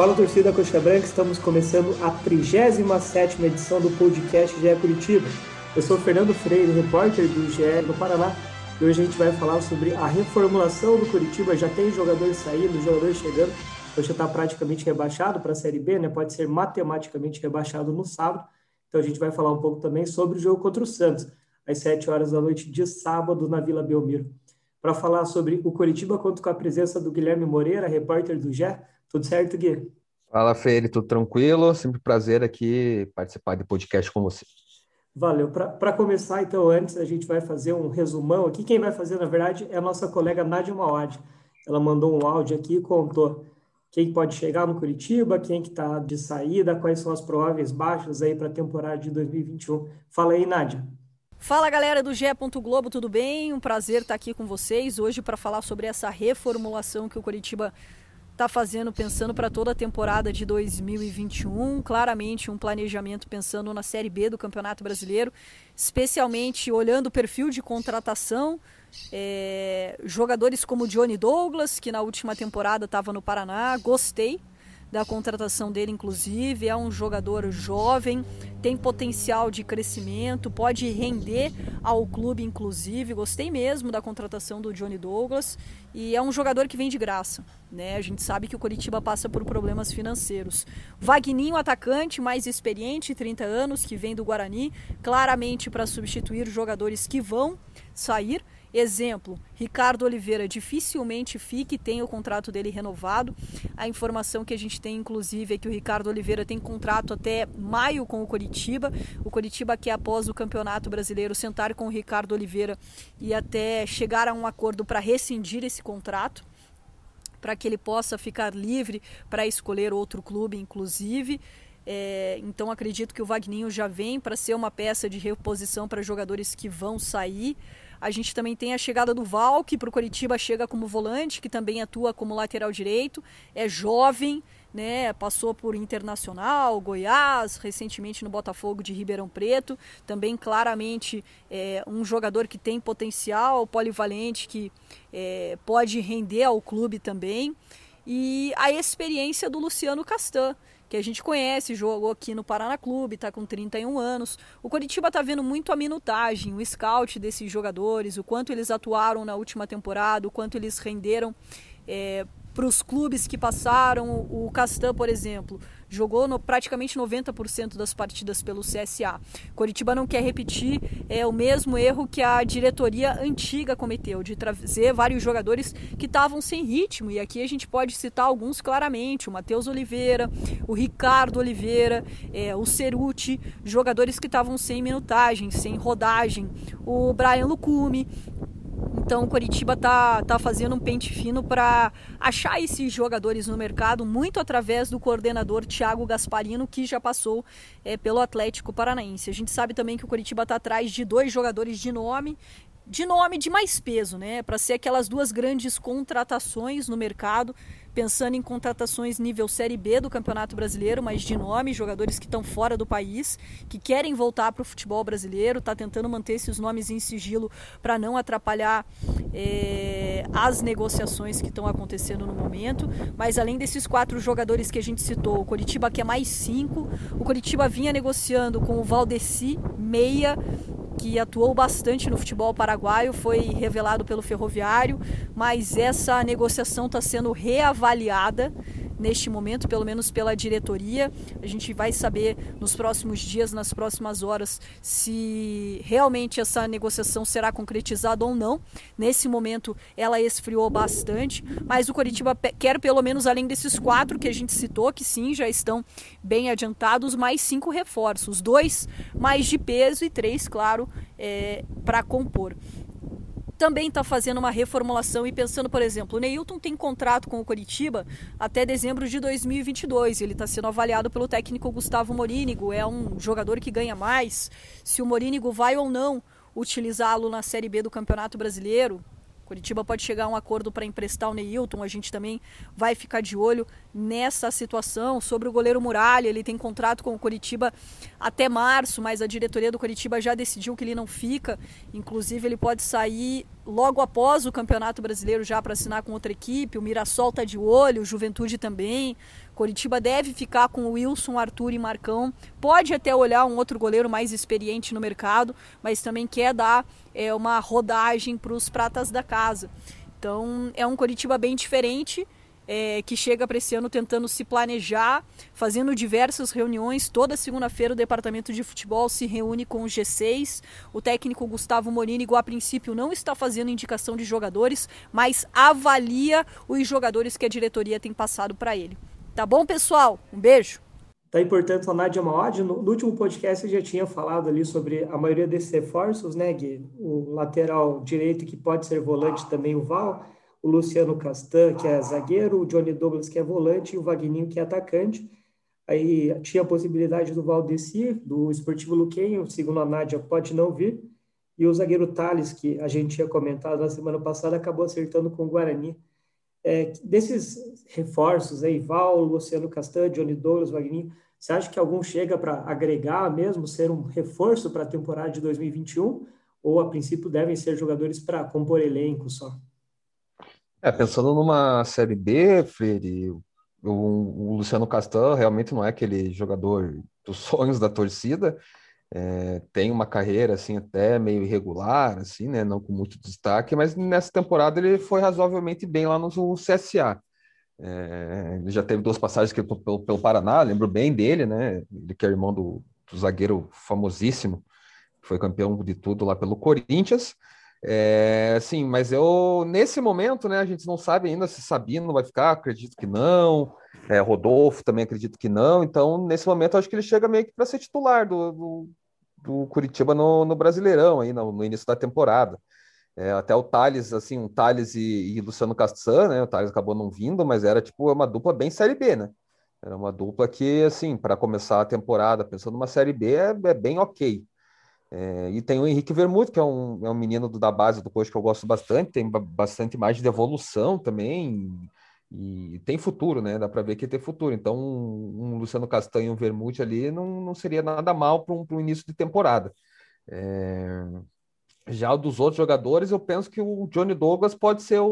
Fala, torcida Coxa Branca, estamos começando a 37ª edição do podcast GE Curitiba. Eu sou o Fernando Freire, repórter do GE no Paraná, e hoje a gente vai falar sobre a reformulação do Curitiba. Já tem jogador saindo, jogador chegando. O Coxa está praticamente rebaixado para a Série B, né? Pode ser matematicamente rebaixado no sábado. Então a gente vai falar um pouco também sobre o jogo contra o Santos, às 7 horas da noite de sábado na Vila Belmiro. Para falar sobre o Curitiba, conto com a presença do Guilherme Moreira, repórter do GE. Tudo certo, Gui? Fala, Feire, tudo tranquilo? Sempre um prazer aqui participar de podcast com você. Valeu. Para começar, então, antes a gente vai fazer um resumão aqui. Quem vai fazer, na verdade, é a nossa colega Nádia Mauad. Ela mandou um áudio aqui e contou quem pode chegar no Curitiba, quem que está de saída, quais são as prováveis baixas aí para a temporada de 2021. Fala aí, Nádia. Fala, galera do GE. Globo, tudo bem? Um prazer estar aqui com vocês hoje para falar sobre essa reformulação que o Curitiba está fazendo, pensando para toda a temporada de 2021, claramente um planejamento pensando na Série B do Campeonato Brasileiro, especialmente olhando o perfil de contratação, jogadores como Johnny Douglas, que na última temporada estava no Paraná, gostei da contratação dele, inclusive, é um jogador jovem, tem potencial de crescimento, pode render ao clube, inclusive, gostei mesmo da contratação do Johnny Douglas, e é um jogador que vem de graça, né? A gente sabe que o Curitiba passa por problemas financeiros. Vagninho, atacante, mais experiente, 30 anos, que vem do Guarani, claramente para substituir jogadores que vão sair. Exemplo, Ricardo Oliveira dificilmente fica e tem o contrato dele renovado. A informação que a gente tem, inclusive, é que o Ricardo Oliveira tem contrato até maio com o Coritiba. O Coritiba quer, após o Campeonato Brasileiro, sentar com o Ricardo Oliveira e até chegar a um acordo para rescindir esse contrato, para que ele possa ficar livre para escolher outro clube, inclusive. Então acredito que o Vagninho já vem para ser uma peça de reposição para jogadores que vão sair. A gente também tem a chegada do Val, que para o Coritiba chega como volante, que também atua como lateral direito, é jovem, né? Passou por Internacional, Goiás, recentemente no Botafogo de Ribeirão Preto, também claramente um jogador que tem potencial, polivalente, que pode render ao clube também. E a experiência do Luciano Castan, que a gente conhece, jogou aqui no Paraná Clube, está com 31 anos. O Coritiba está vendo muito a minutagem, o scout desses jogadores, o quanto eles atuaram na última temporada, o quanto eles renderam para os clubes que passaram. O Castan, por exemplo, jogou praticamente 90% das partidas pelo CSA. Coritiba não quer repetir o mesmo erro que a diretoria antiga cometeu, de trazer vários jogadores que estavam sem ritmo, e aqui a gente pode citar alguns claramente: o Matheus Oliveira, o Ricardo Oliveira, o Ceruti, jogadores que estavam sem minutagem, sem rodagem, o Brian Lucumi. Então o Coritiba tá fazendo um pente fino para achar esses jogadores no mercado, muito através do coordenador Thiago Gasparino, que já passou pelo Atlético Paranaense. A gente sabe também que o Coritiba está atrás de 2 jogadores de nome de mais peso, né? Para ser aquelas 2 grandes contratações no mercado, pensando em contratações nível Série B do Campeonato Brasileiro, mas de nome, jogadores que estão fora do país, que querem voltar para o futebol brasileiro, está tentando manter esses nomes em sigilo para não atrapalhar as negociações que estão acontecendo no momento. Mas além desses 4 jogadores que a gente citou, o Coritiba quer mais 5. O Coritiba vinha negociando com o Valdeci, meia, que atuou bastante no futebol paraguaio, foi revelado pelo Ferroviário, mas essa negociação está sendo reavaliada neste momento, pelo menos pela diretoria. A gente vai saber nos próximos dias, nas próximas horas, se realmente essa negociação será concretizada ou não. Nesse momento ela esfriou bastante, mas o Coritiba quer, pelo menos além desses 4 que a gente citou, que sim, já estão bem adiantados, mais 5 reforços, 2 mais de peso e 3, claro, para compor. Também está fazendo uma reformulação e pensando, por exemplo, o Neilton tem contrato com o Coritiba até dezembro de 2022. Ele está sendo avaliado pelo técnico Gustavo Morínigo. É um jogador que ganha mais. Se o Morínigo vai ou não utilizá-lo na Série B do Campeonato Brasileiro, Coritiba pode chegar a um acordo para emprestar o Neilton. A gente também vai ficar de olho nessa situação. Sobre o goleiro Muralha, ele tem contrato com o Coritiba até março, mas a diretoria do Coritiba já decidiu que ele não fica. Inclusive, ele pode sair logo após o Campeonato Brasileiro já para assinar com outra equipe. O Mirassol está de olho, o Juventude também. Coritiba deve ficar com o Wilson, Arthur e Marcão. Pode até olhar um outro goleiro mais experiente no mercado, mas também quer dar uma rodagem para os pratas da casa. Então é um Coritiba bem diferente, que chega para esse ano tentando se planejar, fazendo diversas reuniões. Toda segunda-feira o departamento de futebol se reúne com o G6. O técnico Gustavo Morínigo, a princípio, não está fazendo indicação de jogadores, mas avalia os jogadores que a diretoria tem passado para ele. Tá bom, pessoal? Um beijo! Tá importante a Nádia Maod. No último podcast eu já tinha falado ali sobre a maioria desses reforços, né, Gui? O lateral direito, que pode ser volante também, o Val, o Luciano Castan, que é zagueiro, o Johnny Douglas, que é volante, e o Vagninho, que é atacante. Aí tinha a possibilidade do Valdeci, do Esportivo Luquenho, segundo a Nádia, pode não vir. E o zagueiro Thales, que a gente tinha comentado na semana passada, acabou acertando com o Guarani. Desses reforços aí, Val, Luciano Castan, Johnny Douglas, Vagninho, você acha que algum chega para agregar mesmo, ser um reforço para a temporada de 2021? Ou, a princípio, devem ser jogadores para compor elenco só? Pensando numa Série B, Freire, o Luciano Castan realmente não é aquele jogador dos sonhos da torcida. Tem uma carreira assim até meio irregular, assim, né? Não com muito destaque, mas nessa temporada ele foi razoavelmente bem lá no CSA. Ele já teve 2 passagens pelo Paraná, lembro bem dele, né? Ele que é irmão do zagueiro famosíssimo, que foi campeão de tudo lá pelo Corinthians. Sim, mas nesse momento, né, a gente não sabe ainda se Sabino vai ficar, acredito que não, Rodolfo também acredito que não, então nesse momento eu acho que ele chega meio que para ser titular do Coritiba no Brasileirão, aí no início da temporada. Até o Thales, assim, um Thales e Luciano Castan, né, o Thales acabou não vindo, mas era tipo uma dupla bem Série B, né, era uma dupla que, assim, para começar a temporada, pensando numa Série B, é bem ok. E tem o Henrique Vermouth, que é um menino da base do Coxa que eu gosto bastante, tem bastante imagem de evolução também, e tem futuro, né? Dá para ver que tem futuro. Então, um Luciano Castanho e um Vermouth ali não seria nada mal para um início de temporada. Já dos outros jogadores, eu penso que o Johnny Douglas pode ser,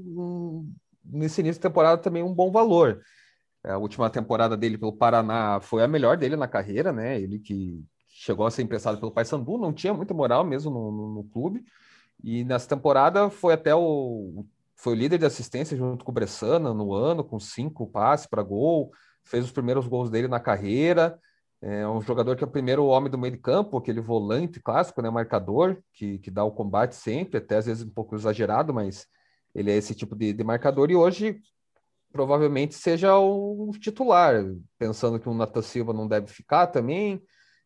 nesse início de temporada, também um bom valor. A última temporada dele pelo Paraná foi a melhor dele na carreira, né? Ele que chegou a ser emprestado pelo Paysandu, não tinha muita moral mesmo no clube, e nessa temporada foi foi o líder de assistência junto com o Bressana no ano, com 5 passes para gol, fez os primeiros gols dele na carreira. É um jogador que é o primeiro homem do meio de campo, aquele volante clássico, né, marcador, que dá o combate sempre, até às vezes um pouco exagerado, mas ele é esse tipo de marcador, e hoje provavelmente seja o titular, pensando que o Nathan Silva não deve ficar também.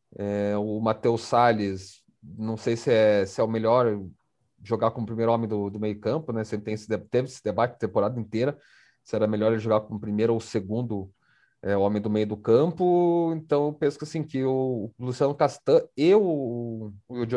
O Matheus Salles, não sei se é o melhor jogar como primeiro homem do meio campo, né? Sempre teve esse debate a temporada inteira, se era melhor ele jogar como primeiro ou segundo homem do meio do campo. Então eu penso que, assim, que o Luciano Castan e o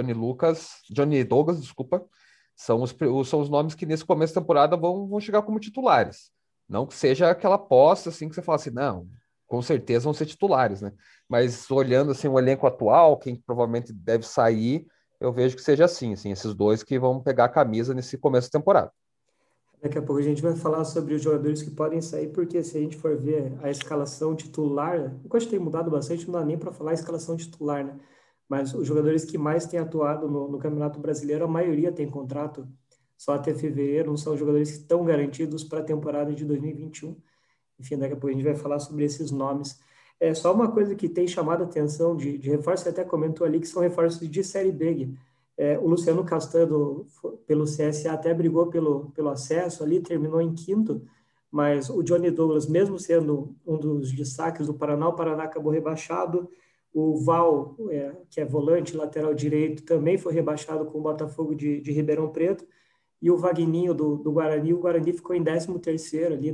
Johnny Douglas, desculpa, são os nomes que nesse começo da temporada vão chegar como titulares. Não que seja aquela aposta assim que você fala assim, não, com certeza vão ser titulares, né? Mas olhando assim o elenco atual, quem provavelmente deve sair, eu vejo que seja assim, esses dois que vão pegar a camisa nesse começo da temporada. Daqui a pouco a gente vai falar sobre os jogadores que podem sair, porque se a gente for ver a escalação titular, o que tem mudado bastante, não dá nem para falar a escalação titular, né? Mas os jogadores que mais têm atuado no Campeonato Brasileiro, a maioria tem contrato só até fevereiro, não são jogadores que estão garantidos para a temporada de 2021. Enfim, daqui a pouco a gente vai falar sobre esses nomes. Só uma coisa que tem chamado a atenção de reforço, você até comentou ali, que são reforços de Série B. O Luciano Castan, pelo CSA, até brigou pelo acesso ali, terminou em 5º, mas o Johnny Douglas, mesmo sendo um dos destaques do Paraná, o Paraná acabou rebaixado. O Val, que é volante, lateral direito, também foi rebaixado com o Botafogo de Ribeirão Preto. E o Vagninho o Guarani ficou em 13º ali,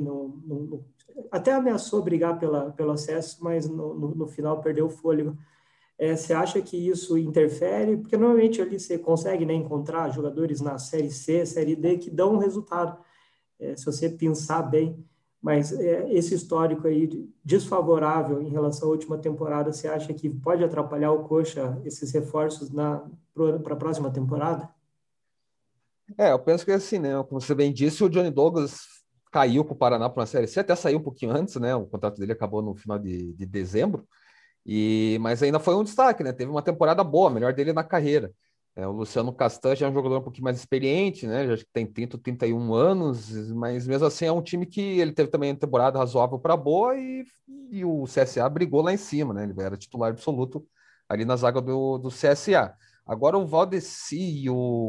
até ameaçou brigar pelo acesso, mas no final perdeu o fôlego. Você acha que isso interfere? Porque normalmente ali você consegue, né, encontrar jogadores na Série C, Série D que dão um resultado, se você pensar bem, mas esse histórico aí desfavorável em relação à última temporada, você acha que pode atrapalhar o Coxa, esses reforços para a próxima temporada? Eu penso que assim, né? Como você bem disse, o Johnny Douglas caiu com o Paraná para uma Série C, até saiu um pouquinho antes, né? O contrato dele acabou no final de dezembro, mas ainda foi um destaque, né? Teve uma temporada boa, a melhor dele na carreira. O Luciano Castan já é um jogador um pouquinho mais experiente, né? Já acho que tem 30, 31 anos, mas mesmo assim é um time que ele teve também uma temporada razoável para boa e o CSA brigou lá em cima, né? Ele era titular absoluto ali na zaga do CSA. Agora o Valdeci e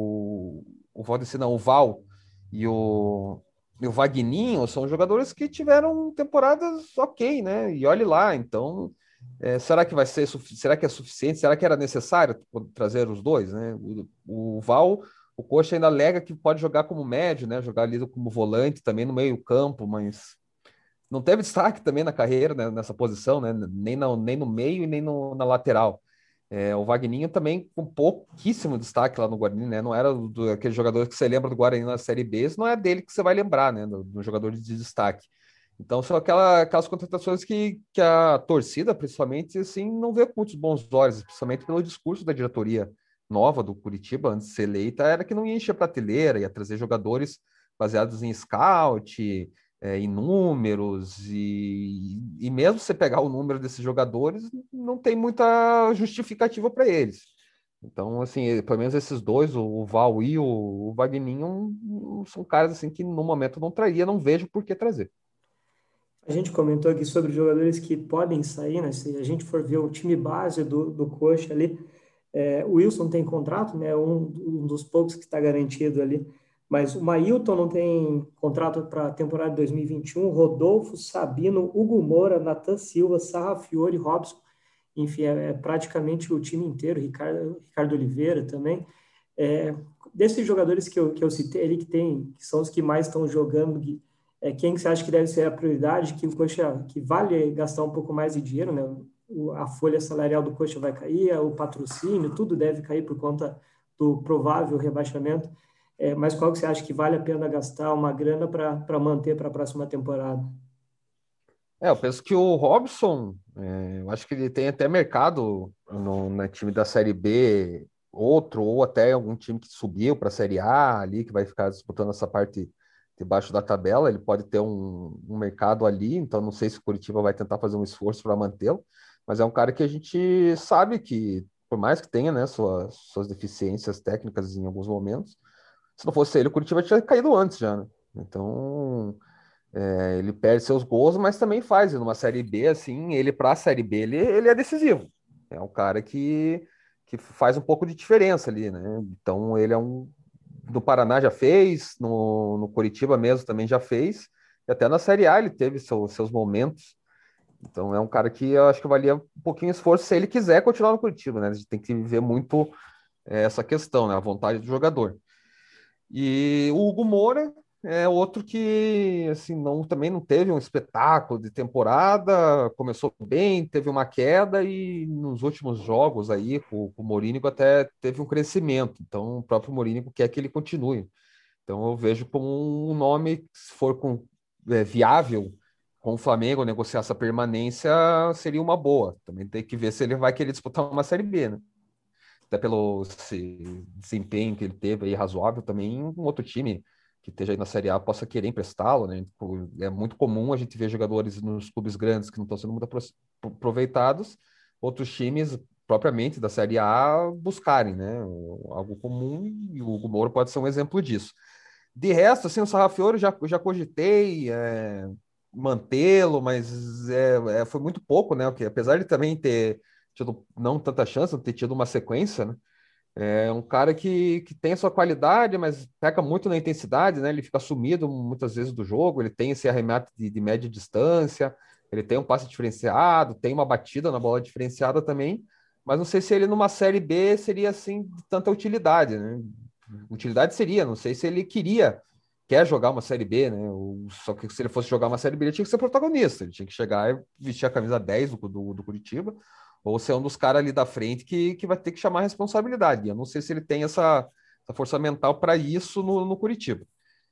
o Valdeci não, o Val e o Vagninho são jogadores que tiveram temporadas ok, né? E olhe lá, então será que vai ser, será que é suficiente? Será que era necessário trazer os dois, né? O Val, o Coxa ainda alega que pode jogar como médio, né? Jogar ali como volante também no meio-campo, mas não teve destaque também na carreira, né, nessa posição, né? Nem no meio e nem na lateral. O Vagninho também com pouquíssimo destaque lá no Guarani, né? Não era aquele jogador que você lembra do Guarani na Série B, não é dele que você vai lembrar, né? Do jogador de destaque. Então são aquelas contratações que a torcida, principalmente, assim, não vê com muitos bons olhos, principalmente pelo discurso da diretoria nova do Curitiba, antes de ser eleita, era que não ia encher a prateleira, ia trazer jogadores baseados em scout, em números, e mesmo você pegar o número desses jogadores, não tem muita justificativa para eles. Então, assim, pelo menos esses dois, o Val e o Vagninho, são caras assim que no momento não traria, não vejo por que trazer. A gente comentou aqui sobre jogadores que podem sair, né? Se a gente for ver o time base do Coxa ali, o Wilson tem contrato, né? Um dos poucos que está garantido ali. Mas o Mailton não tem contrato para a temporada de 2021. Rodolfo, Sabino, Hugo Moura, Nathan Silva, Sarrafiori, Robson. Enfim, é praticamente o time inteiro. Ricardo Oliveira também. É, desses jogadores que eu citei ali, que são os que mais estão jogando, quem que você acha que deve ser a prioridade, que o Coxa, que vale gastar um pouco mais de dinheiro, né? A folha salarial do Coxa vai cair, o patrocínio, tudo deve cair por conta do provável rebaixamento. Mas qual que você acha que vale a pena gastar uma grana para manter para a próxima temporada? Eu penso que o Robson, eu acho que ele tem até mercado no time da Série B, outro, ou até algum time que subiu para a Série A ali, que vai ficar disputando essa parte de baixo da tabela, ele pode ter um mercado ali, então não sei se o Curitiba vai tentar fazer um esforço para mantê-lo, mas é um cara que a gente sabe que, por mais que tenha, né, suas deficiências técnicas em alguns momentos, se não fosse ele, o Curitiba tinha caído antes já, né? Então, ele perde seus gols, mas também faz. E numa Série B, assim, ele para a Série B, ele é decisivo. É um cara que faz um pouco de diferença ali, né? Então, ele é um. No Paraná já fez, no Curitiba mesmo também já fez, e até na Série A ele teve seus momentos. Então, é um cara que eu acho que valia um pouquinho de esforço se ele quiser continuar no Curitiba, né? A gente tem que ver muito essa questão, né? A vontade do jogador. E o Hugo Moura é outro que assim também não teve um espetáculo de temporada, começou bem, teve uma queda e nos últimos jogos aí com o Morínigo até teve um crescimento. Então o próprio Morínigo quer que ele continue. Então eu vejo como um nome que, se for viável com o Flamengo negociar essa permanência, seria uma boa. Também tem que ver se ele vai querer disputar uma Série B, né? Até pelo desempenho que ele teve aí razoável, também um outro time que esteja aí na Série A possa querer emprestá-lo, né? É muito comum a gente ver jogadores nos clubes grandes que não estão sendo muito aproveitados, outros times propriamente da Série A buscarem, né? Algo comum, e o Hugo Moura pode ser um exemplo disso. De resto, assim, o Sarrafiori já cogitei mantê-lo, mas foi muito pouco, né? Porque apesar de também ter tido não tanta chance, ter tido uma sequência, né? É um cara que tem a sua qualidade, mas peca muito na intensidade, né? Ele fica sumido muitas vezes do jogo, ele tem esse arremate de média distância, ele tem um passe diferenciado, tem uma batida na bola diferenciada também, mas não sei se ele numa Série B seria assim de tanta utilidade, né? Utilidade seria, não sei se ele quer jogar uma Série B, né? Só que se ele fosse jogar uma Série B, ele tinha que ser protagonista, ele tinha que chegar e vestir a camisa 10 do Curitiba, ou ser um dos caras ali da frente que vai ter que chamar a responsabilidade. Eu não sei se ele tem essa força mental para isso no Curitiba.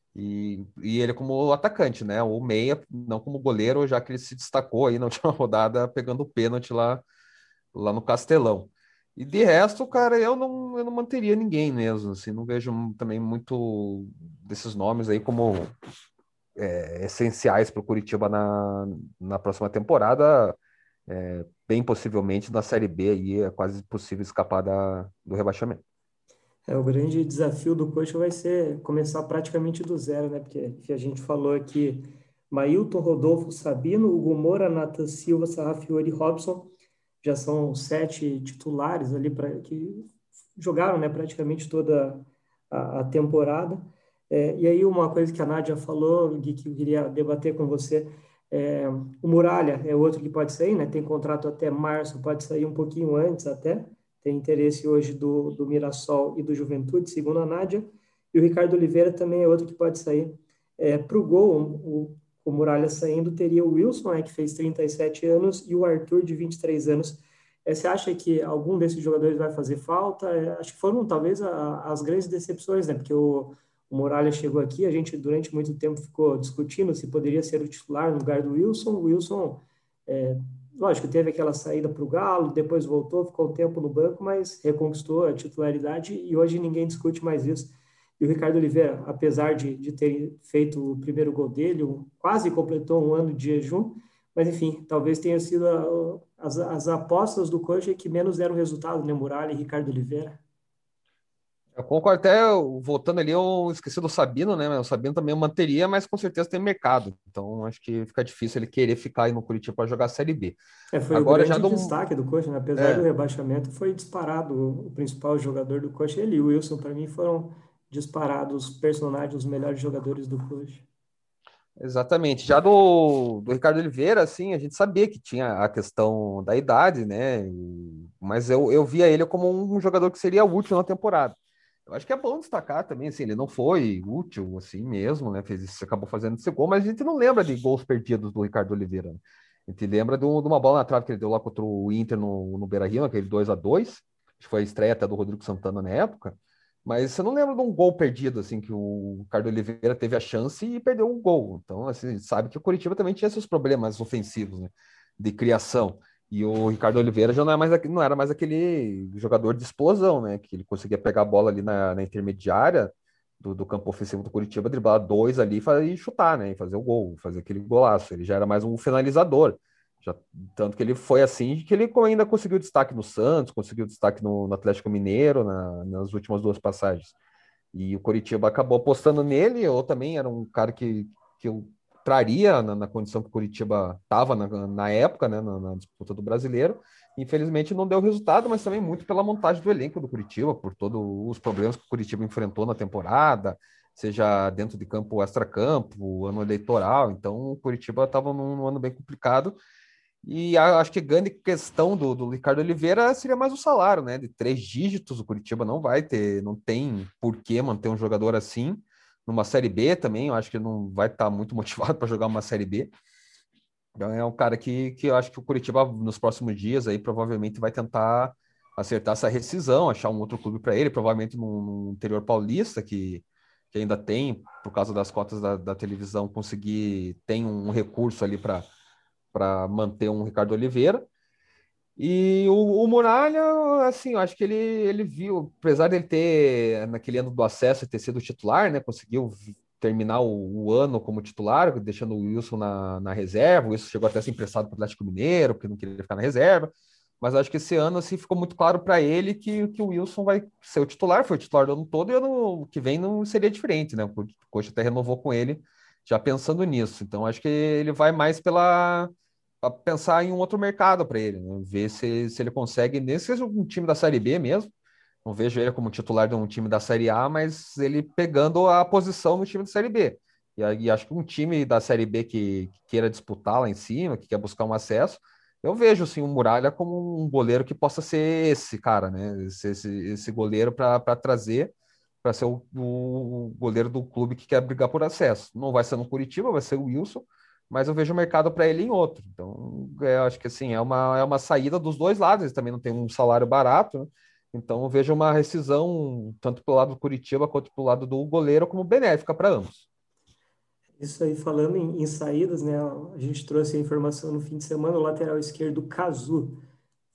E ele como atacante, né? Ou meia, não como goleiro, já que ele se destacou aí na última rodada pegando o pênalti lá no Castelão. E de resto, cara, eu não manteria ninguém mesmo, assim, não vejo também muito desses nomes aí como essenciais para o Curitiba na próxima temporada. Bem possivelmente na Série B aí é quase possível escapar do rebaixamento. O grande desafio do Coxa vai ser começar praticamente do zero, né? Porque que a gente falou aqui, Mailton, Rodolfo, Sabino, Hugo Moura, Nathan Silva, Sarrafiori e Robson, já são 7 titulares ali que jogaram, né, praticamente toda a temporada. E aí uma coisa que a Nádia falou, Gui, que eu queria debater com você, o Muralha é outro que pode sair, né? Tem contrato até março, pode sair um pouquinho antes até. Tem interesse hoje do Mirassol e do Juventude, segundo a Nádia. E o Ricardo Oliveira também é outro que pode sair. Para o gol, o Muralha saindo, teria o Wilson, né, que fez 37 anos, e o Arthur, de 23 anos. Você acha que algum desses jogadores vai fazer falta? Acho que foram talvez as grandes decepções, né? Porque o Muralha chegou aqui, a gente durante muito tempo ficou discutindo se poderia ser o titular no lugar do Wilson. O Wilson, é, lógico, teve aquela saída para o Galo, depois voltou, ficou um tempo no banco, mas reconquistou a titularidade e hoje ninguém discute mais isso. E o Ricardo Oliveira, apesar de ter feito o primeiro gol dele, quase completou um ano de jejum, mas enfim, talvez tenha sido as apostas do Coxa que menos deram resultado, né? Muralha e Ricardo Oliveira. Eu concordo até, voltando ali, eu esqueci do Sabino, né? O Sabino também eu manteria, mas com certeza tem mercado. Então acho que fica difícil ele querer ficar aí no Curitiba para jogar a Série B. Foi o Agora já grande do. destaque do Coxa, né? Apesar do É, rebaixamento, foi disparado o principal jogador do Coxa. Ele e o Wilson, para mim, foram disparados os personagens, os melhores jogadores do Coxa. exatamente. Já do Ricardo Oliveira, assim, a gente sabia que tinha a questão da idade, né? Mas eu via ele como um jogador que seria útil na temporada. Eu acho que é bom destacar também, assim, ele não foi útil assim mesmo, né? Fez isso, acabou fazendo esse gol, mas a gente não lembra de gols perdidos do Ricardo Oliveira, né? A gente lembra de uma bola na trave que ele deu lá contra o Inter no Beira-Rio, aquele 2-2, acho que foi a estreia até do Rodrigo Santana na época, mas você não lembra de um gol perdido, assim, que o Ricardo Oliveira teve a chance e perdeu um gol. Então, assim, a gente sabe que o Curitiba também tinha seus problemas ofensivos, né? De criação. E o Ricardo Oliveira já não era mais aquele jogador de explosão, né? Que ele conseguia pegar a bola ali na intermediária do campo ofensivo do Curitiba, driblar dois ali e chutar, né? E fazer o gol, fazer aquele golaço. Ele já era mais um finalizador. Já, tanto que ele foi assim que ele ainda conseguiu destaque no Santos, conseguiu destaque no Atlético Mineiro nas últimas duas passagens. E o Curitiba acabou apostando nele. Eu também era um cara que eu traria na condição que o Curitiba estava na época, né, na disputa do Brasileiro. Infelizmente não deu resultado, mas também muito pela montagem do elenco do Curitiba, por todos os problemas que o Curitiba enfrentou na temporada, seja dentro de campo ou extra-campo, ano eleitoral. Então o Curitiba estava num ano bem complicado. E acho que a grande questão do Ricardo Oliveira seria mais o salário, né? De 3 dígitos, o Curitiba não vai ter, não tem por que manter um jogador assim. Numa Série B também, eu acho que ele não vai estar muito motivado para jogar uma Série B. Então é um cara que eu acho que o Curitiba, nos próximos dias, aí provavelmente vai tentar acertar essa rescisão, achar um outro clube para ele, provavelmente no interior paulista, que ainda tem, por causa das cotas da televisão, tem um recurso ali para manter um Ricardo Oliveira. E o Muralha, assim, eu acho que ele viu, apesar dele ter, naquele ano do acesso, ter sido titular, né? Conseguiu terminar o ano como titular, deixando o Wilson na reserva. O Wilson chegou até a ser emprestado para o Atlético Mineiro, porque não queria ficar na reserva. Mas acho que esse ano, assim, ficou muito claro para ele que o Wilson vai ser o titular, foi o titular do ano todo, e ano que vem não seria diferente, né? O Coxa até renovou com ele, já pensando nisso. Então, acho que ele vai mais para pensar em um outro mercado para ele, né? Ver se ele consegue, nesse seja um time da Série B mesmo. Não vejo ele como titular de um time da Série A, mas ele pegando a posição no time da Série B. E acho que um time da Série B que queira disputar lá em cima, que quer buscar um acesso, eu vejo sim o Muralha como um goleiro que possa ser esse cara, né? Esse goleiro para trazer para ser o goleiro do clube que quer brigar por acesso. Não vai ser no Curitiba, vai ser o Wilson, mas eu vejo o mercado para ele em outro. Então, eu acho que assim, é uma saída dos dois lados, ele também não tem um salário barato, né? Então, eu vejo uma rescisão, tanto pelo lado do Curitiba quanto pelo lado do goleiro, como benéfica para ambos. Isso aí, falando em saídas, né? A gente trouxe a informação no fim de semana, o lateral esquerdo, Cazu,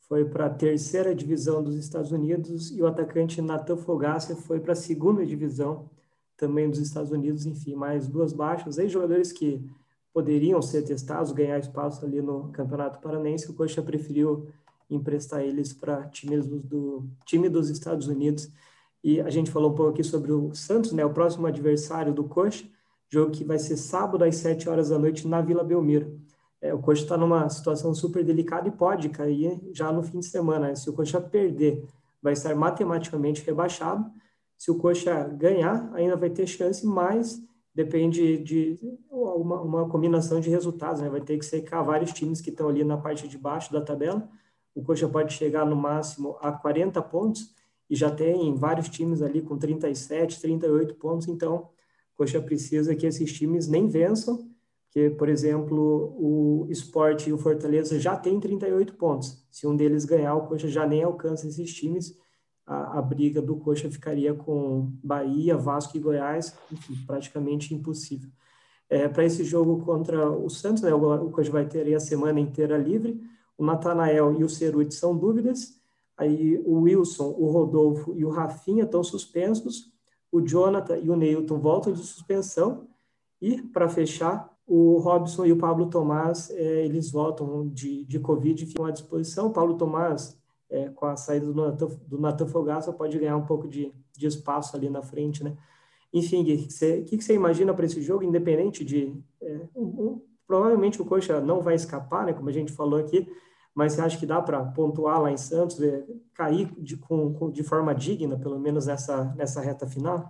foi para a terceira divisão dos Estados Unidos e o atacante Nathan Fogaça foi para a segunda divisão também dos Estados Unidos. Enfim, mais 2 baixas. Aí jogadores que poderiam ser testados, ganhar espaço ali no Campeonato Paranense, o Coxa preferiu emprestar eles para time dos Estados Unidos. E a gente falou um pouco aqui sobre o Santos, né, o próximo adversário do Coxa, jogo que vai ser sábado às 7 horas da noite na Vila Belmiro. O Coxa está numa situação super delicada e pode cair já no fim de semana, né? Se o Coxa perder, vai estar matematicamente rebaixado. Se o Coxa ganhar, ainda vai ter chance, mas depende de uma combinação de resultados, né? Vai ter que secar vários times que estão ali na parte de baixo da tabela. O Coxa pode chegar no máximo a 40 pontos e já tem vários times ali com 37, 38 pontos. Então, o Coxa precisa que esses times nem vençam, porque, por exemplo, o Sport e o Fortaleza já têm 38 pontos. Se um deles ganhar, o Coxa já nem alcança esses times. A briga do Coxa ficaria com Bahia, Vasco e Goiás, enfim, praticamente impossível. Para esse jogo contra o Santos, né, o Coxa vai ter aí a semana inteira livre. O Natanael e o Ceruti são dúvidas. Aí o Wilson, o Rodolfo e o Rafinha estão suspensos. O Jonathan e o Neilton voltam de suspensão. E, para fechar, o Robson e o Pablo Tomás, eles voltam de Covid e ficam à disposição. O Pablo Tomás, com a saída do Nathan Fogaça, pode ganhar um pouco de espaço ali na frente, né? Enfim, Gui, o que você imagina para esse jogo, independente de... provavelmente o Coxa não vai escapar, né, como a gente falou aqui, mas você acha que dá para pontuar lá em Santos, cair de forma digna, pelo menos nessa reta final?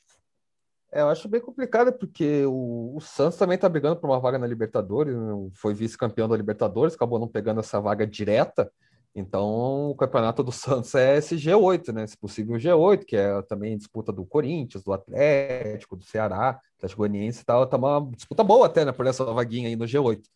Eu acho bem complicado, porque o Santos também está brigando por uma vaga na Libertadores, né? Foi vice-campeão da Libertadores, acabou não pegando essa vaga direta. Então, o campeonato do Santos é esse G8, né? Esse possível G8, que é também disputa do Corinthians, do Atlético, do Ceará, Atlético Goianiense e tal. Tá uma disputa boa até, né? Por essa vaguinha aí no G8.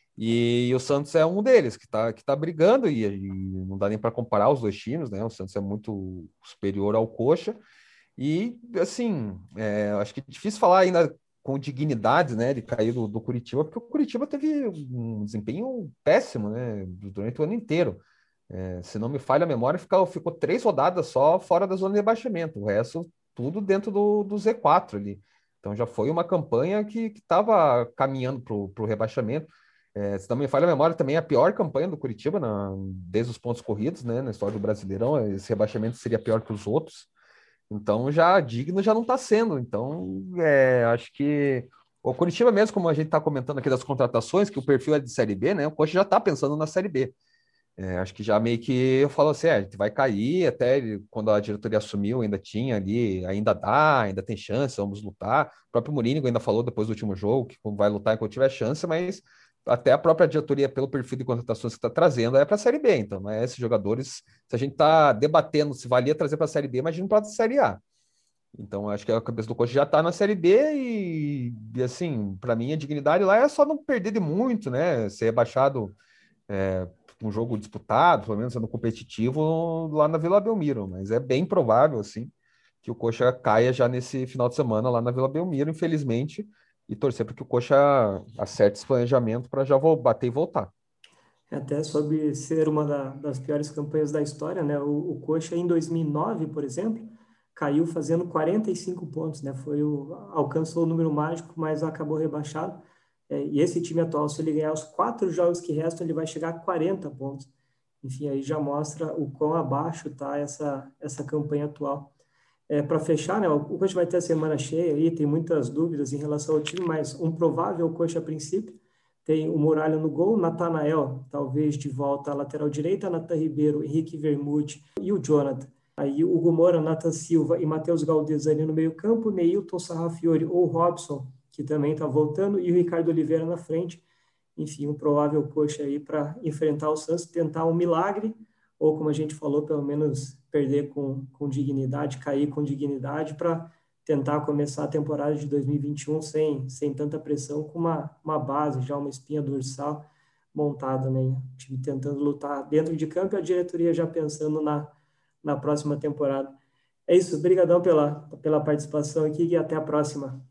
E o Santos é um deles que tá brigando, e não dá nem para comparar os dois times, né? O Santos é muito superior ao Coxa. E, assim, acho que é difícil falar ainda com dignidade, né, de cair do Curitiba, porque o Curitiba teve um desempenho péssimo, né, durante o ano inteiro. Se não me falha a memória, ficou 3 rodadas só fora da zona de rebaixamento, o resto tudo dentro do Z4 ali. Então já foi uma campanha que estava caminhando para o rebaixamento. Se não me falha a memória, também é a pior campanha do Curitiba, desde os pontos corridos, né, na história do Brasileirão. Esse rebaixamento seria pior que os outros. Então, já digno já não está sendo. Então, acho que o Curitiba mesmo, como a gente está comentando aqui das contratações, que o perfil é de Série B, né? O Coxa já está pensando na Série B. Acho que já meio que eu falo assim, a gente vai cair, até quando a diretoria assumiu, ainda tinha ali, ainda tem chance, vamos lutar. O próprio Mourinho ainda falou depois do último jogo que vai lutar enquanto tiver chance, mas até a própria diretoria, pelo perfil de contratações que está trazendo, é para a Série B. Então, né, esses jogadores, se a gente está debatendo se valia trazer para a Série B, imagina para a Série A. Então, acho que a cabeça do Coxa já está na Série B e assim, para mim, a dignidade lá é só não perder de muito, né? Ser rebaixado um jogo disputado, pelo menos sendo competitivo, lá na Vila Belmiro. Mas é bem provável, assim, que o Coxa caia já nesse final de semana lá na Vila Belmiro, infelizmente, e torcer para que o Coxa acerte esse planejamento para já bater e voltar. Até sobre ser uma das piores campanhas da história, né? O Coxa, em 2009, por exemplo, caiu fazendo 45 pontos, né? Alcançou o número mágico, mas acabou rebaixado. E esse time atual, se ele ganhar os 4 jogos que restam, ele vai chegar a 40 pontos. Enfim, aí já mostra o quão abaixo está essa campanha atual. Para fechar, né? O Coxa vai ter a semana cheia aí, tem muitas dúvidas em relação ao time, mas um provável Coxa a princípio tem o Muralha no gol, Natanael, talvez de volta à lateral direita, Nathan Ribeiro, Henrique Vermute e o Jonathan. Aí o Hugo Moura, Nathan Silva e Matheus Galdesani no meio campo, Neilton Sarrafiori ou Robson, que também está voltando, e o Ricardo Oliveira na frente. Enfim, um provável Coxa aí para enfrentar o Santos, tentar um milagre, ou como a gente falou, pelo menos perder com dignidade, cair com dignidade, para tentar começar a temporada de 2021 sem tanta pressão, com uma base, já uma espinha dorsal montada, né? O time tentando lutar dentro de campo e a diretoria já pensando na próxima temporada. É isso, obrigadão pela participação aqui e até a próxima.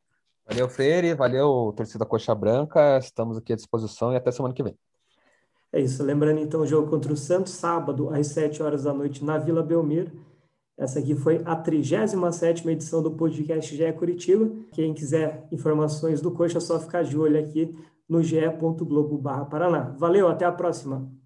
Valeu, Freire, valeu, torcida Coxa Branca, estamos aqui à disposição e até semana que vem. É isso. Lembrando então o jogo contra o Santos, sábado, às 7 horas da noite, na Vila Belmiro. Essa aqui foi a 37ª edição do podcast GE Curitiba. Quem quiser informações do Coxa é só ficar de olho aqui no ge.globo/Paraná. Valeu, até a próxima!